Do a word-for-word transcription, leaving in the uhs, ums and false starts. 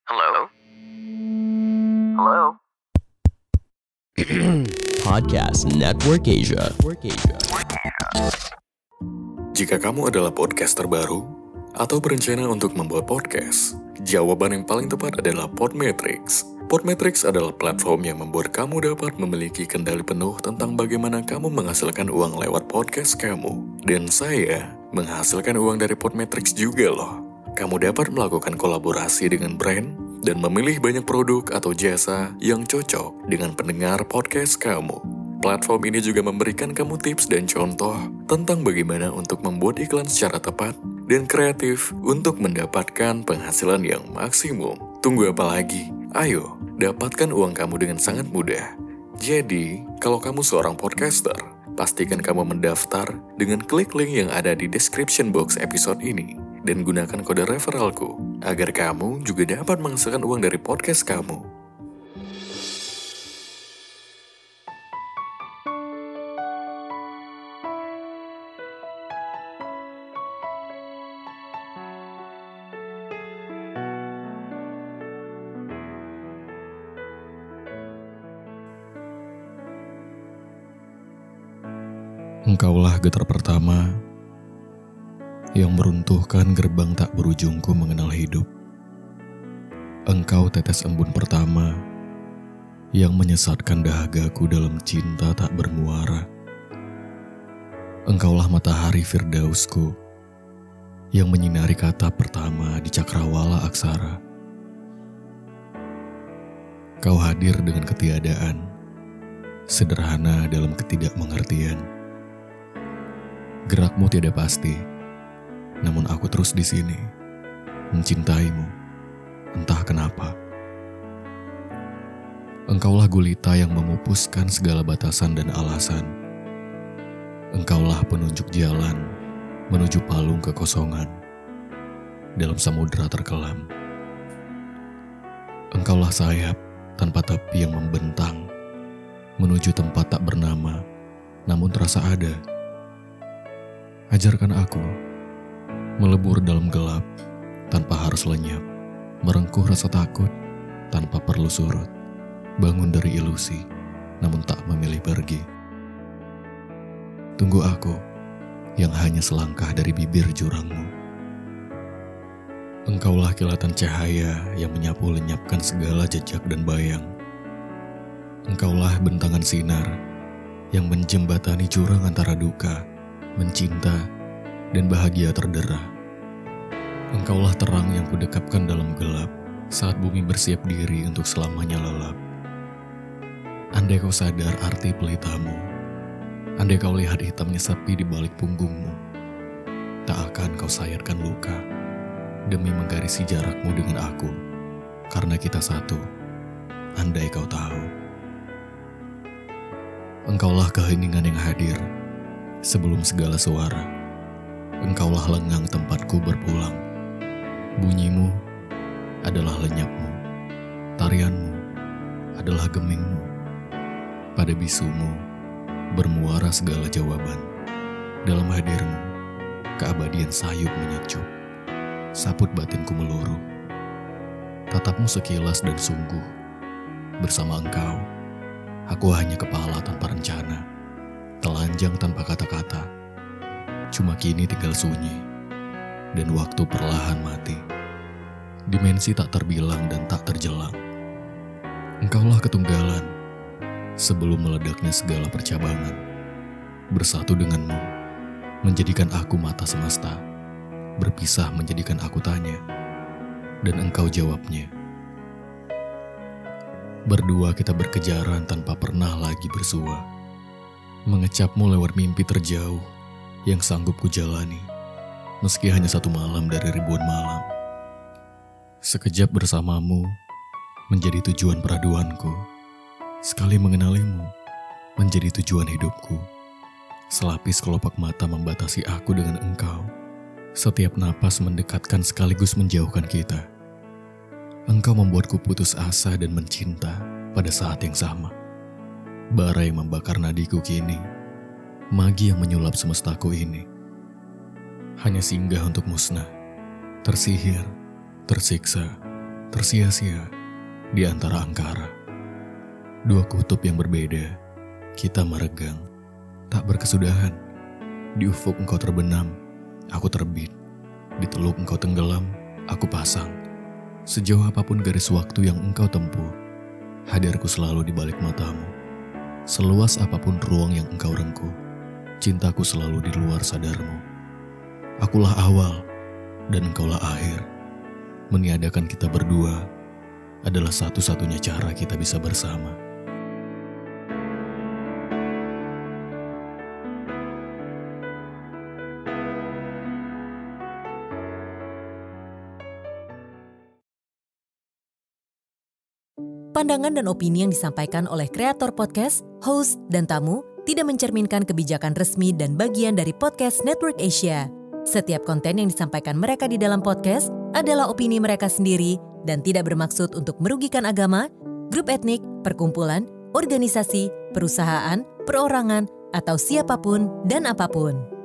Hello? Hello? Podcast Network Asia. Jika kamu adalah podcaster baru atau berencana untuk membuat podcast, jawaban yang paling tepat adalah Podmetrics. Podmetrics adalah platform yang membuat kamu dapat memiliki kendali penuh tentang bagaimana kamu menghasilkan uang lewat podcast kamu. Dan saya menghasilkan uang dari Podmetrics juga loh. Kamu dapat melakukan kolaborasi dengan brand dan memilih banyak produk atau jasa yang cocok dengan pendengar podcast kamu. Platform ini juga memberikan kamu tips dan contoh tentang bagaimana untuk membuat iklan secara tepat dan kreatif untuk mendapatkan penghasilan yang maksimum. Tunggu apa lagi? Ayo, dapatkan uang kamu dengan sangat mudah. Jadi, kalau kamu seorang podcaster, pastikan kamu mendaftar dengan klik link yang ada di description box episode ini. Dan gunakan kode referralku, agar kamu juga dapat menghasilkan uang dari podcast kamu. Engkaulah getar pertama yang meruntuhkan gerbang tak berujungku mengenal hidup. Engkau tetes embun pertama yang menyesatkan dahagaku dalam cinta tak bermuara. Engkaulah matahari firdausku yang menyinari kata pertama di cakrawala aksara. Kau hadir dengan ketiadaan, sederhana dalam ketidakmengertian. Gerakmu tidak pasti, namun aku terus di sini, mencintaimu, entah kenapa. Engkaulah gulita yang memupuskan segala batasan dan alasan. Engkaulah penunjuk jalan menuju palung kekosongan dalam samudera terkelam. Engkaulah sayap tanpa tepi yang membentang menuju tempat tak bernama, namun terasa ada. Ajarkan aku melebur dalam gelap tanpa harus lenyap, merengkuh rasa takut tanpa perlu surut, bangun dari ilusi namun tak memilih pergi. Tunggu aku yang hanya selangkah dari bibir jurangmu. Engkaulah kilatan cahaya yang menyapu lenyapkan segala jejak dan bayang. Engkaulah bentangan sinar yang menjembatani jurang antara duka, mencinta, dan bahagia terdera. Engkaulah terang yang kudekapkan dalam gelap saat bumi bersiap diri untuk selamanya lelap. Andai kau sadar arti pelitamu, andai kau lihat hitamnya sepi di balik punggungmu, tak akan kau sayatkan luka demi menggarisi jarakmu dengan aku, karena kita satu, andai kau tahu. Engkaulah keheningan yang hadir sebelum segala suara. Engkaulah lengang tempatku berpulang. Bunyimu adalah lenyapmu, tarianmu adalah gemingmu. Pada bisumu bermuara segala jawaban. Dalam hadirmu, keabadian sayup menyecup. Saput batinku meluruh. Tatapmu sekilas dan sungguh. Bersama engkau, aku hanya kepala tanpa rencana, telanjang tanpa kata-kata. Cuma kini tinggal sunyi, dan waktu perlahan mati. Dimensi tak terbilang dan tak terjelang. Engkaulah ketunggalan, sebelum meledaknya segala percabangan. Bersatu denganmu, menjadikan aku mata semesta. Berpisah menjadikan aku tanya, dan engkau jawabnya. Berdua kita berkejaran tanpa pernah lagi bersua. Mengecapmu lewat mimpi terjauh yang sanggup ku jalani, meski hanya satu malam dari ribuan malam. Sekejap bersamamu menjadi tujuan peraduanku. Sekali mengenalimu menjadi tujuan hidupku. Selapis kelopak mata membatasi aku dengan engkau. Setiap napas mendekatkan sekaligus menjauhkan kita. Engkau membuatku putus asa dan mencinta pada saat yang sama. Bara yang membakar nadiku kini, magi yang menyulap semestaku ini. Hanya singgah untuk musnah, tersihir, tersiksa, tersia-sia di antara angkara. Dua kutub yang berbeda, kita meregang, tak berkesudahan. Di ufuk engkau terbenam, aku terbit. Di teluk engkau tenggelam, aku pasang. Sejauh apapun garis waktu yang engkau tempuh, hadirku selalu di balik matamu. Seluas apapun ruang yang engkau rengkuh, cintaku selalu di luar sadarmu. Akulah awal dan engkaulah akhir. Meniadakan kita berdua adalah satu-satunya cara kita bisa bersama. Pandangan dan opini yang disampaikan oleh kreator podcast, host, dan tamu tidak mencerminkan kebijakan resmi dan bagian dari Podcast Network Asia. Setiap konten yang disampaikan mereka di dalam podcast adalah opini mereka sendiri dan tidak bermaksud untuk merugikan agama, grup etnik, perkumpulan, organisasi, perusahaan, perorangan, atau siapapun dan apapun.